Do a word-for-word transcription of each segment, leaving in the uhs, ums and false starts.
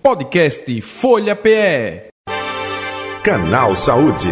Podcast Folha P E. Canal Saúde.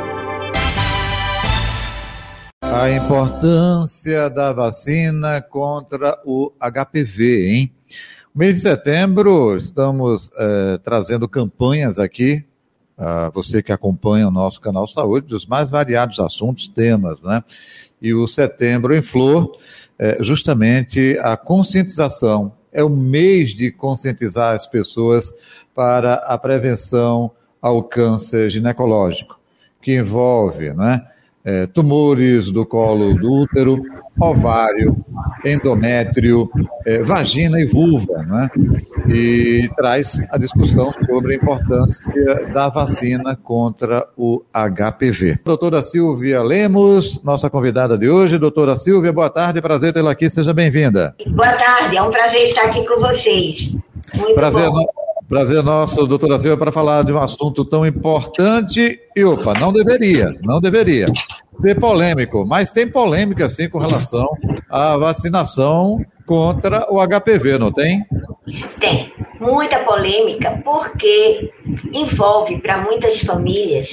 A importância da vacina contra o H P V, hein? No mês de setembro, estamos é, trazendo campanhas aqui, a você que acompanha o nosso Canal Saúde, dos mais variados assuntos, temas, né? E o Setembro em Flor, é justamente a conscientização. É o mês de conscientizar as pessoas para a prevenção ao câncer ginecológico, que envolve, né, é, tumores do colo do útero, ovário, endométrio, é, vagina e vulva, né? E traz a discussão sobre a importância da vacina contra o H P V. Doutora Silvia Lemos, nossa convidada de hoje. Doutora Silvia, boa tarde, prazer tê-la aqui, seja bem-vinda. Boa tarde, é um prazer estar aqui com vocês. Muito prazer, bom. Prazer nosso, doutora Silvia, para falar de um assunto tão importante e, opa, não deveria, não deveria ser polêmico, mas tem polêmica, sim, com relação à vacinação contra o H P V, não tem? Tem, muita polêmica, porque envolve para muitas famílias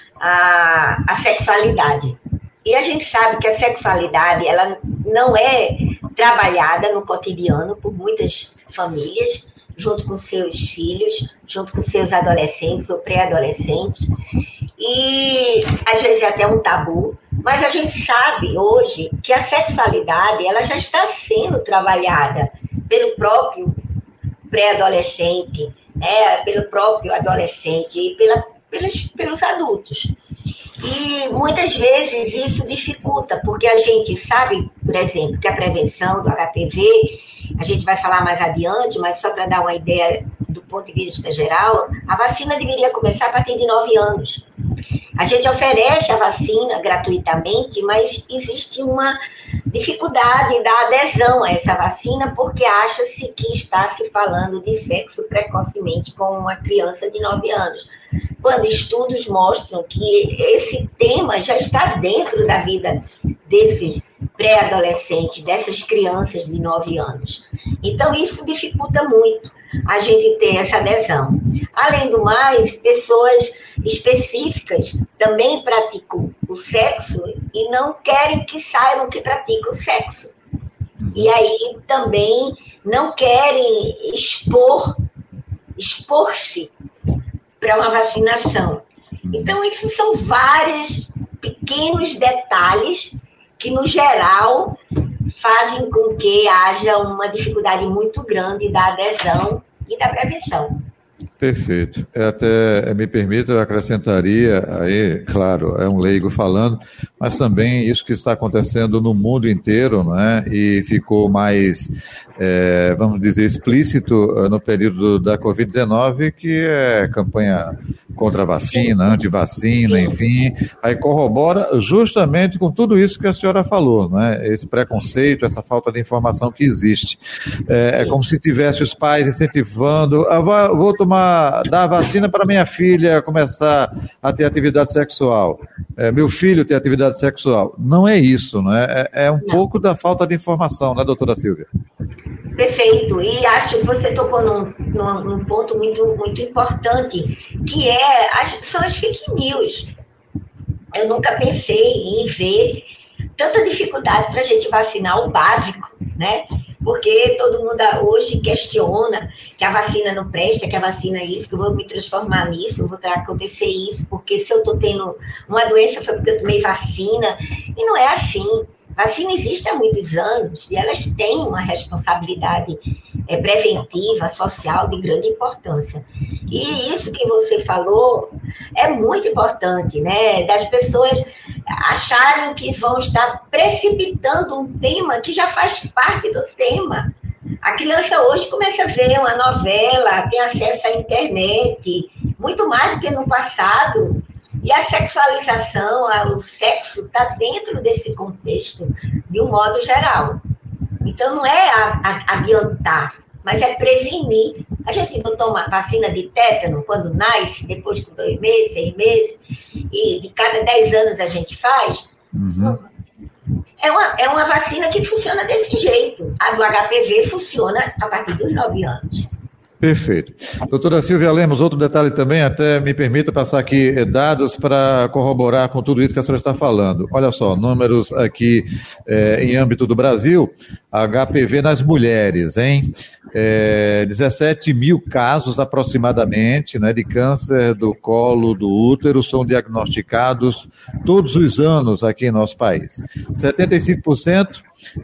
a, a sexualidade. E a gente sabe que a sexualidade, ela não é trabalhada no cotidiano por muitas famílias, junto com seus filhos, junto com seus adolescentes ou pré-adolescentes. E às vezes é até um tabu, mas a gente sabe hoje que a sexualidade ela já está sendo trabalhada pelo próprio pré-adolescente, né, pelo próprio adolescente e pela, pelos, pelos adultos. E muitas vezes isso dificulta, porque a gente sabe, por exemplo, que a prevenção do H P V, a gente vai falar mais adiante, mas só para dar uma ideia do ponto de vista geral, a vacina deveria começar a partir de nove anos. A gente oferece a vacina gratuitamente, mas existe uma dificuldade da adesão a essa vacina, porque acha-se que está se falando de sexo precocemente com uma criança de nove anos. Quando estudos mostram que esse tema já está dentro da vida desses pré-adolescentes, dessas crianças de nove anos. Então, isso dificulta muito a gente ter essa adesão. Além do mais, pessoas específicas também praticam o sexo e não querem que saibam que praticam o sexo. E aí também não querem expor, expor-se para uma vacinação. Então, isso são vários pequenos detalhes que, no geral, fazem com que haja uma dificuldade muito grande da adesão e da prevenção. Perfeito. Eu até, me permita, eu acrescentaria aí, claro, é um leigo falando, mas também isso que está acontecendo no mundo inteiro, né? E ficou mais, é, vamos dizer, explícito no período da covid dezenove, que é campanha contra a vacina, anti-vacina, enfim, aí corrobora justamente com tudo isso que a senhora falou, né? Esse preconceito, essa falta de informação que existe. É, é como se tivesse os pais incentivando, ah, vou, vou tomar dar a vacina para minha filha começar a ter atividade sexual, é, meu filho ter atividade sexual. Não é isso, né? É, é um Não. pouco da falta de informação, né, doutora Silvia? Perfeito, e acho que você tocou num, num, num ponto muito, muito importante, que é as, são as fake news. Eu nunca pensei em ver tanta dificuldade para a gente vacinar o básico, né? Porque todo mundo hoje questiona que a vacina não presta, que a vacina é isso, que eu vou me transformar nisso, vou acontecer isso, porque se eu estou tendo uma doença foi porque eu tomei vacina. E não é assim. Vacina existe há muitos anos e elas têm uma responsabilidade é, preventiva, social, de grande importância. E isso que você falou é muito importante, né? Das pessoas acharem que vão estar precipitando um tema que já faz parte do tema. A criança hoje começa a ver uma novela, tem acesso à internet, muito mais do que no passado. E a sexualização, o sexo está dentro desse contexto, de um modo geral. Então, não é a, a, adiantar, mas é prevenir. A gente não toma vacina de tétano quando nasce, depois de dois meses, seis meses, e de cada dez anos a gente faz. Uhum. É, uma, é uma vacina que funciona desse jeito. A do H P V funciona a partir dos nove anos. Perfeito. Doutora Silvia Lemos, outro detalhe também, até me permita passar aqui dados para corroborar com tudo isso que a senhora está falando. Olha só, números aqui é, em âmbito do Brasil, H P V nas mulheres, hein? É, dezessete mil casos aproximadamente, né, de câncer do colo do útero são diagnosticados todos os anos aqui em nosso país. setenta e cinco por cento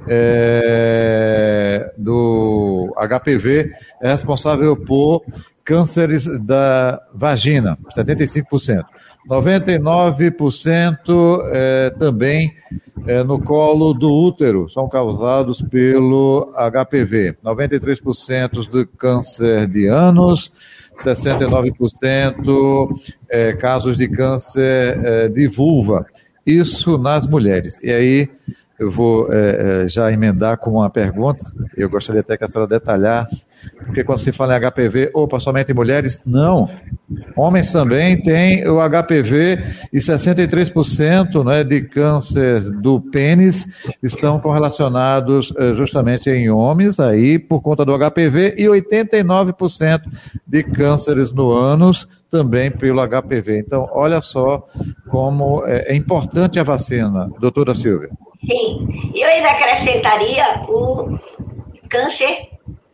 é, do H P V é responsável por cânceres da vagina, setenta e cinco por cento. noventa e nove por cento é, também é, no colo do útero são causados pelo H P V. noventa e três por cento do câncer de ânus, sessenta e nove por cento é, casos de câncer é, de vulva. Isso nas mulheres. E aí eu vou é, já emendar com uma pergunta, eu gostaria até que a senhora detalhasse, porque quando se fala em H P V, opa, somente mulheres? Não. Homens também têm o H P V e sessenta e três por cento, né, de câncer do pênis estão correlacionados é, justamente em homens, aí por conta do H P V, e oitenta e nove por cento de cânceres no ânus também pelo H P V. Então, olha só como é, é importante a vacina, doutora Silvia. Sim, eu ainda acrescentaria o câncer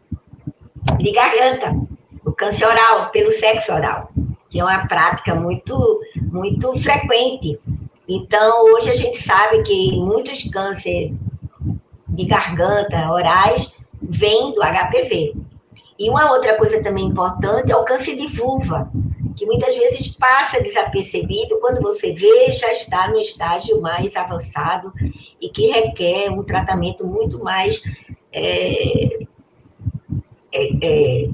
de garganta, o câncer oral, pelo sexo oral, que é uma prática muito, muito frequente. Então, hoje a gente sabe que muitos cânceres de garganta orais vêm do H P V. E uma outra coisa também importante é o câncer de vulva, que muitas vezes passa desapercebido, quando você vê, já está no estágio mais avançado e que requer um tratamento muito mais é, é, é,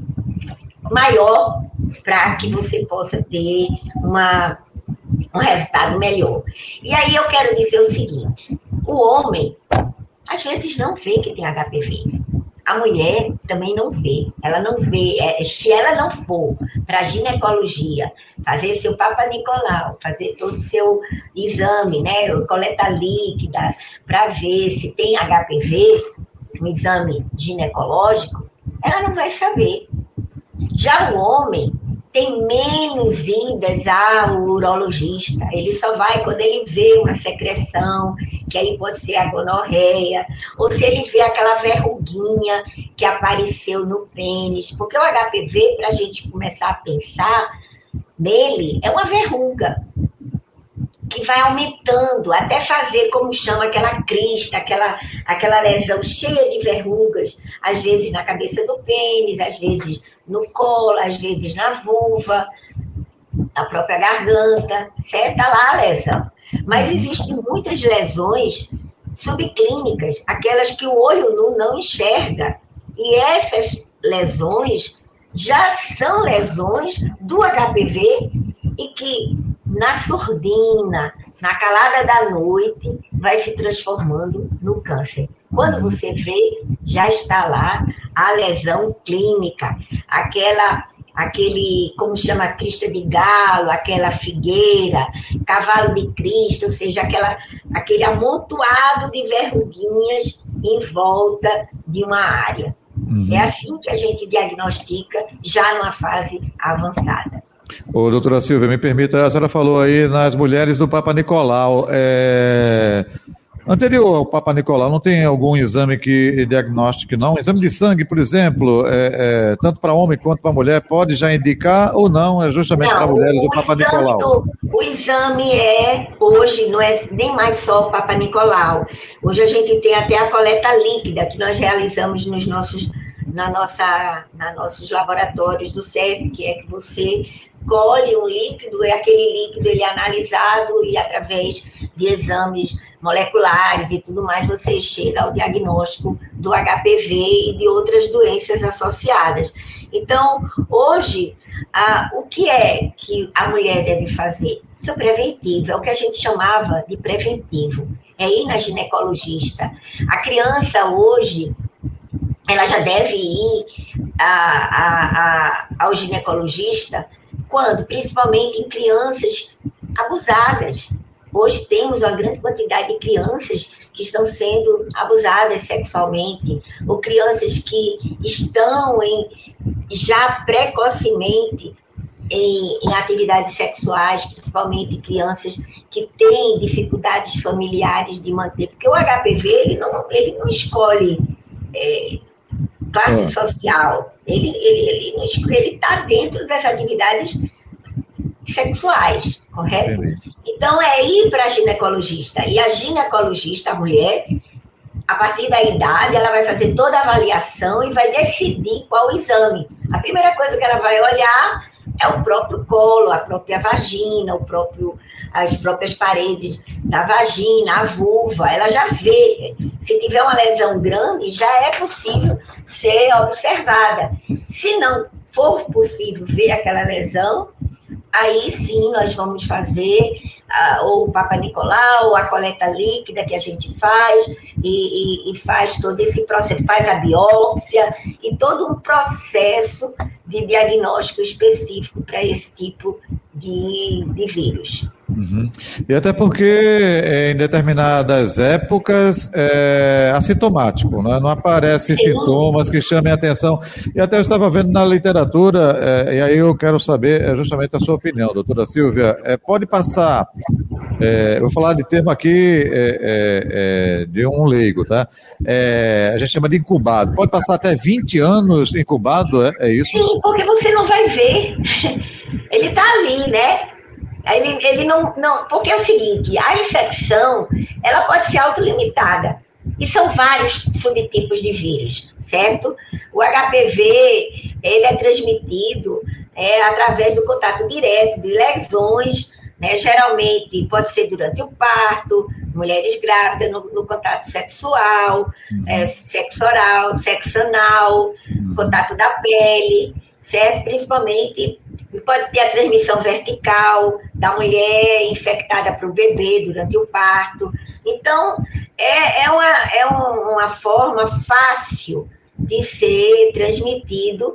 maior para que você possa ter uma, um resultado melhor. E aí eu quero dizer o seguinte, o homem, às vezes, não vê que tem H P V. A mulher também não vê, ela não vê, é, se ela não for para a ginecologia, fazer seu Papa Nicolau, fazer todo o seu exame, né, coleta líquida, para ver se tem H P V, um exame ginecológico, ela não vai saber. Já o homem tem menos idas ao urologista, ele só vai quando ele vê uma secreção, que aí pode ser a gonorreia, ou se ele vê aquela verruguinha que apareceu no pênis, porque o H P V, para a gente começar a pensar nele, é uma verruga que vai aumentando, até fazer, como chama, aquela crista, aquela, aquela lesão cheia de verrugas, às vezes na cabeça do pênis, às vezes no colo, às vezes na vulva, na própria garganta, certo? Está lá a lesão. Mas existem muitas lesões subclínicas, aquelas que o olho nu não enxerga. E essas lesões já são lesões do H P V e que na surdina, na calada da noite, vai se transformando no câncer. Quando você vê, já está lá a lesão clínica, aquela, aquele, como chama, crista de galo, aquela figueira, cavalo de Cristo, ou seja, aquela, aquele amontoado de verruguinhas em volta de uma área. Uhum. É assim que a gente diagnostica já numa fase avançada. Ô, doutora Silvia, me permita, a senhora falou aí nas mulheres do Papa Nicolau. É... Anterior ao Papa Nicolau, não tem algum exame que diagnostique, não? Exame de sangue, por exemplo, é, é, tanto para homem quanto para mulher, pode já indicar ou não? É justamente para mulheres do Papa Nicolau? Do, o exame é, hoje, não é nem mais só o Papa Nicolau. Hoje a gente tem até a coleta líquida que nós realizamos nos nossos, na nossa, na nossos laboratórios do C E P, que é que você colhe um líquido, e aquele líquido ele é analisado e através de exames moleculares e tudo mais, você chega ao diagnóstico do H P V e de outras doenças associadas. Então, hoje, ah, o que é que a mulher deve fazer? Isso é preventivo, é o que a gente chamava de preventivo, é ir na ginecologista. A criança hoje, ela já deve ir a, a, a, ao ginecologista quando? Principalmente em crianças abusadas, Hoje temos uma grande quantidade de crianças que estão sendo abusadas sexualmente, ou crianças que estão em, já precocemente em, em atividades sexuais, principalmente crianças que têm dificuldades familiares de manter, porque o H P V ele não, ele não escolhe é, classe é. social, ele ele ele ele está dentro das atividades sexuais, correto? Entendi. Então é ir para a ginecologista, e a ginecologista, a mulher, a partir da idade, ela vai fazer toda a avaliação e vai decidir qual o exame. A primeira coisa que ela vai olhar é o próprio colo, a própria vagina, o próprio, as próprias paredes da vagina, a vulva. Ela já vê. Se tiver uma lesão grande, já é possível ser observada. Se não for possível ver aquela lesão, aí sim nós vamos fazer uh, ou o Papa Nicolau, ou a coleta líquida que a gente faz, e, e, e faz todo esse processo, faz a biópsia e todo um processo de diagnóstico específico para esse tipo de, de vírus. Uhum. E até porque em determinadas épocas é assintomático, né? Não aparecem Sim. sintomas que chamem a atenção. E até eu estava vendo na literatura, é, e aí eu quero saber justamente a sua opinião, doutora Silvia. É, pode passar, é, eu vou falar de termo aqui é, é, de um leigo, tá? É, a gente chama de incubado. Pode passar até vinte anos incubado, é, é isso? Sim, porque você não vai ver. Ele está ali, né? Ele, ele não, não, porque é o seguinte, a infecção, ela pode ser autolimitada, e são vários subtipos de vírus, certo? O H P V, ele é transmitido é, através do contato direto de lesões, né? Geralmente pode ser durante o parto, mulheres grávidas, no, no contato sexual, é, sexo oral, sexo anal, contato da pele, certo? Principalmente pode ter a transmissão vertical da mulher infectada para o bebê durante o parto. Então, é, é, uma, é um, uma forma fácil de ser transmitido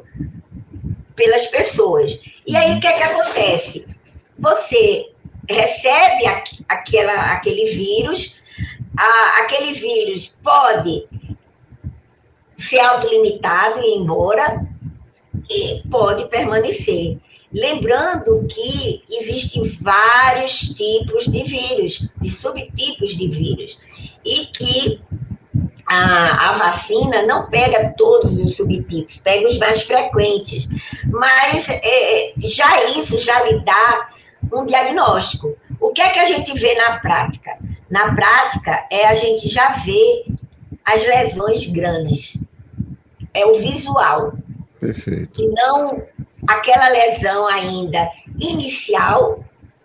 pelas pessoas. E aí, o que é que acontece? Você recebe a, aquela, aquele vírus, a, aquele vírus pode ser autolimitado e ir embora, e pode permanecer. Lembrando que existem vários tipos de vírus, de subtipos de vírus, e que a, a vacina não pega todos os subtipos, pega os mais frequentes, mas é, já isso já lhe dá um diagnóstico. O que é que a gente vê na prática? Na prática, é a gente já vê as lesões grandes, é o visual. Perfeito. E não aquela lesão ainda inicial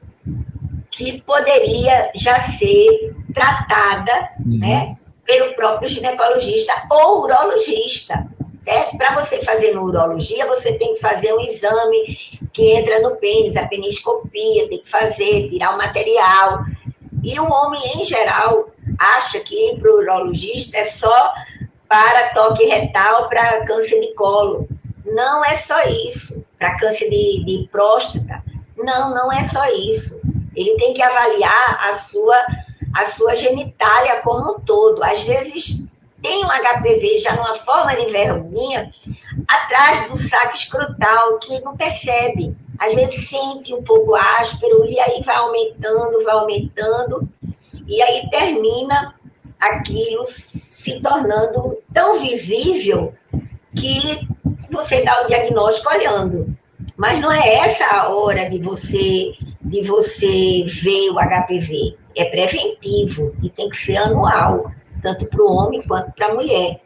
que poderia já ser tratada, uhum. né, pelo próprio ginecologista ou urologista. Certo? Para você fazer no urologia, você tem que fazer um exame que entra no pênis, a peniscopia, tem que fazer, tirar o material. E o homem, em geral, acha que ir para o urologista é só para toque retal, para câncer de colo. Não é só isso. Para câncer de, de próstata, não, não é só isso. Ele tem que avaliar a sua, a sua genitália como um todo. Às vezes tem um H P V já numa forma de verruguinha atrás do saco escrotal, que não percebe. Às vezes sente um pouco áspero e aí vai aumentando, vai aumentando, e aí termina aquilo se tornando tão visível que você dá o diagnóstico olhando. Mas não é essa a hora de você, de você ver o H P V. É preventivo e tem que ser anual, tanto para o homem quanto para a mulher.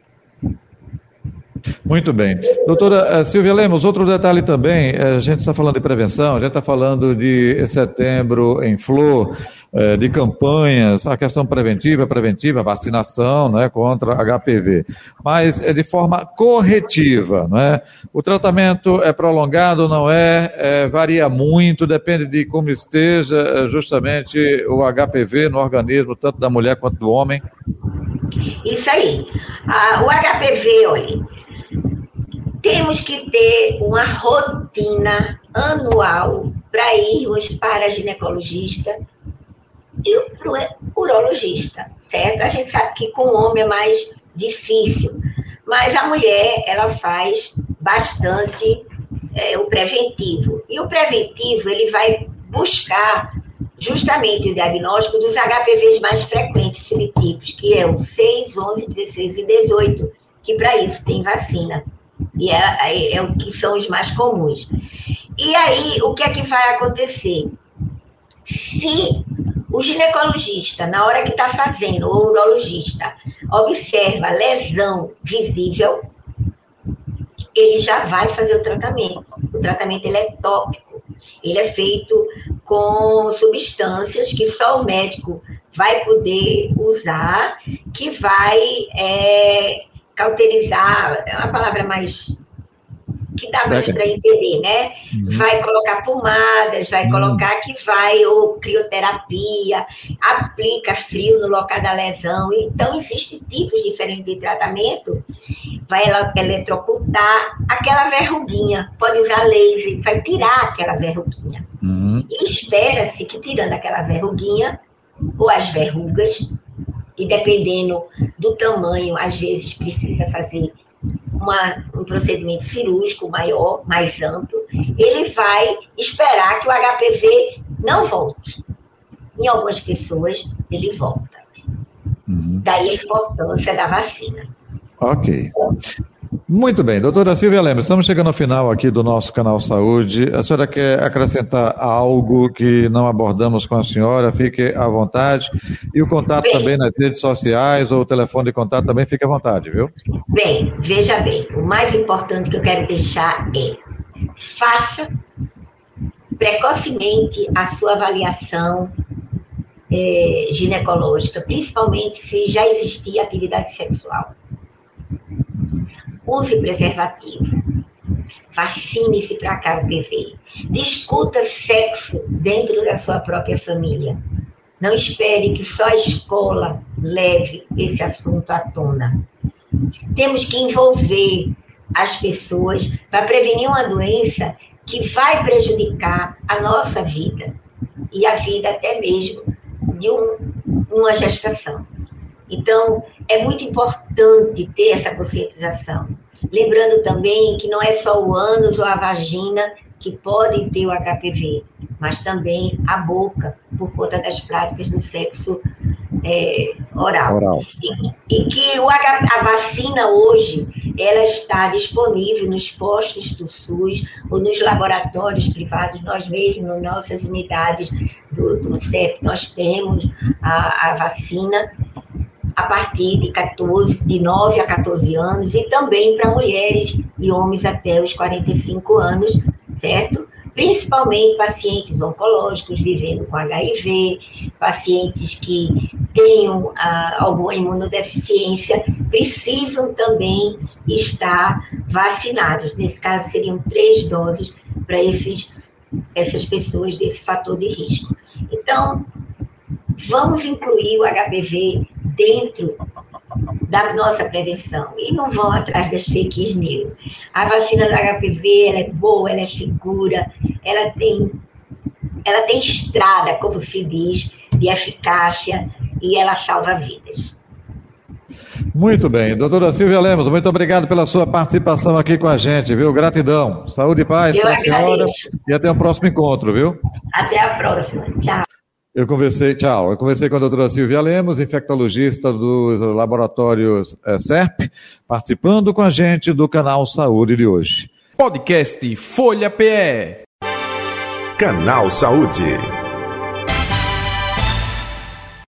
Muito bem. Doutora Silvia Lemos, outro detalhe também, a gente está falando de prevenção, a gente está falando de setembro em flor, de campanhas, a questão preventiva, preventiva, vacinação, né, contra H P V, mas é de forma corretiva, não é? O tratamento é prolongado, não é? é? Varia muito, depende de como esteja justamente o H P V no organismo, tanto da mulher quanto do homem. Isso aí. Ah, o H P V, olha, temos que ter uma rotina anual para irmos para a ginecologista e para o urologista, certo? A gente sabe que com o homem é mais difícil, mas a mulher, ela faz bastante é, o preventivo. E o preventivo, ele vai buscar justamente o diagnóstico dos H P Vs mais frequentes, subtipos, que é o seis, onze, dezesseis e dezoito, que para isso tem vacina. E é, é o que são os mais comuns. E aí, o que é que vai acontecer? Se o ginecologista, na hora que está fazendo, ou o urologista, observa lesão visível, ele já vai fazer o tratamento. O tratamento ele é tópico. Ele é feito com substâncias que só o médico vai poder usar, que vai é, cauterizar, é uma palavra mais... que dá mais para entender, né? Uhum. Vai colocar pomadas, vai uhum. colocar que vai, ou crioterapia, aplica frio no local da lesão. Então, existem tipos diferentes de tratamento. Vai eletrocutar aquela verruguinha, pode usar laser, vai tirar aquela verruguinha. Uhum. E espera-se que, tirando aquela verruguinha, ou as verrugas, e dependendo do tamanho, às vezes precisa fazer Uma, um procedimento cirúrgico maior, mais amplo, ele vai esperar que o H P V não volte. Em algumas pessoas, ele volta. Uhum. Daí a importância da vacina. Ok. Muito bem. Doutora Silvia Lemos, estamos chegando ao final aqui do nosso Canal Saúde. A senhora quer acrescentar algo que não abordamos com a senhora? Fique à vontade. E o contato bem, também nas redes sociais ou o telefone de contato também, fique à vontade, viu? Bem, veja bem, o mais importante que eu quero deixar é: faça precocemente a sua avaliação é, ginecológica, principalmente se já existia atividade sexual. Use preservativo. Vacine-se para H P V. Discuta sexo dentro da sua própria família. Não espere que só a escola leve esse assunto à tona. Temos que envolver as pessoas para prevenir uma doença que vai prejudicar a nossa vida e a vida até mesmo de um, uma gestação. Então, é muito importante ter essa conscientização. Lembrando também que não é só o ânus ou a vagina que podem ter o H P V, mas também a boca, por conta das práticas do sexo é, oral. oral. E, e que o H, a vacina hoje, ela está disponível nos postos do SUS ou nos laboratórios privados. Nós mesmos, nas nossas unidades do, do C E P, nós temos a, a vacina a partir de, catorze, de nove a catorze anos, e também para mulheres e homens até os quarenta e cinco anos, certo? Principalmente pacientes oncológicos vivendo com H I V, pacientes que tenham ah, alguma imunodeficiência, precisam também estar vacinados. Nesse caso, seriam três doses para esses, essas pessoas desse fator de risco. Então, vamos incluir o H P V dentro da nossa prevenção e não vão atrás das fake news. A vacina do H P V, ela é boa, ela é segura, ela tem, ela tem estrada, como se diz, de eficácia, e ela salva vidas. Muito bem. Doutora Silvia Lemos, muito obrigado pela sua participação aqui com a gente, viu? Gratidão. Saúde e paz para a senhora e até o próximo encontro, viu? Até a próxima. Tchau. Eu conversei, tchau, eu conversei com a doutora Silvia Lemos, infectologista dos laboratórios é, S E R P, participando com a gente do Canal Saúde de hoje. Podcast Folha P E. Canal Saúde.